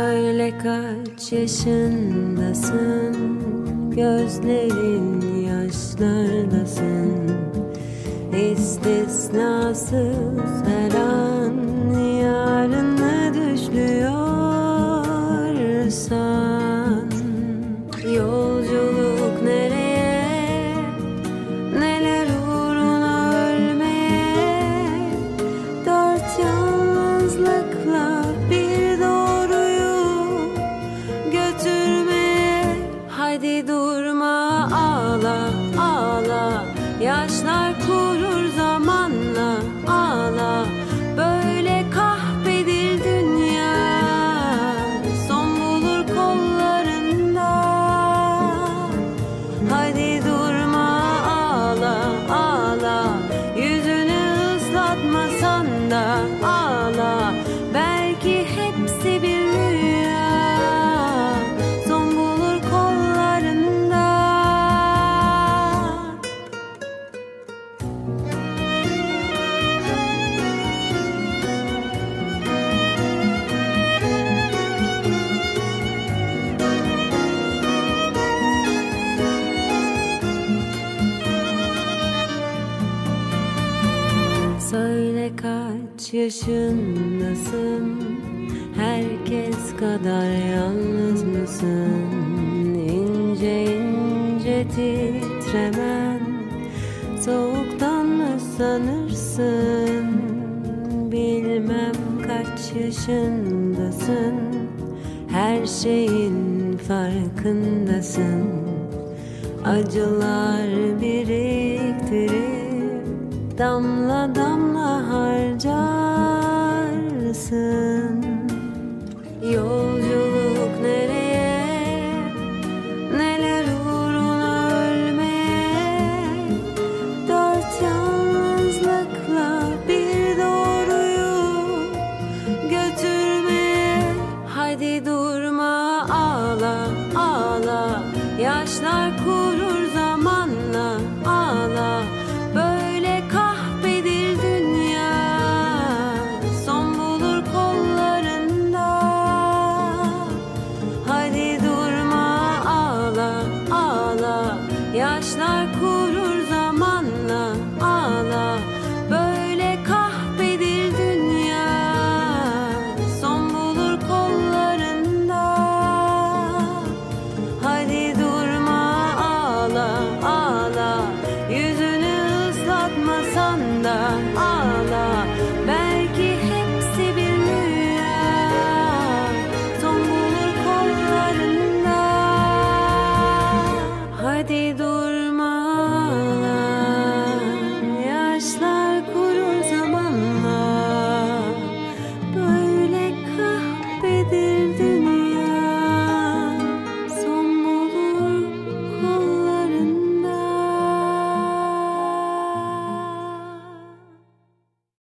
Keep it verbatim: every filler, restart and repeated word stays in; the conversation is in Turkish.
Söyle kaç yaşındasın, gözlerin yaşlardasın. İstisnasız her an yarına düşlüyorsan. Yolculuk nereye, neler uğruna ölmeye, dört yalnızlıkla bir doğruyu götürmeye. Haydi durma, ağla ağla, yaşlar kurur zamanla, ağla. Böyle kahpedir dünya, son bulur kollarında. Haydi durma, ağla ağla, yüzünü ıslatmasan da ağla. Belki hepsi bir rüya, son bulur kollarında. Söyle kaç yaşındasın, herkes kadar yalnız mısın? İnce ince titremen, soğuktan mı sanırsın? Bilmem kaç yaşındasın, her şeyin farkındasın. Acılar biriktirip damla damla harcarsın. Yolculuk nereye, neler uğruna ölmeye, dört yalnızlıkla bir doğruyu götürmeye. Haydi durma, ağla ağla, yaşlar kurur zamanla, ağla. Böyle kahpedir dünya, son bulur kollarında. Haydi durma, ağla ağla, yaşlar kurur zamanla, ağla. Böyle kahpedir dünya, son bulur kollarında. Haydi durma, ağla ağla, yüzünü ıslatmasan da ağla. Belki hepsi bir rüya, son bulur kollarında. Hadi dur.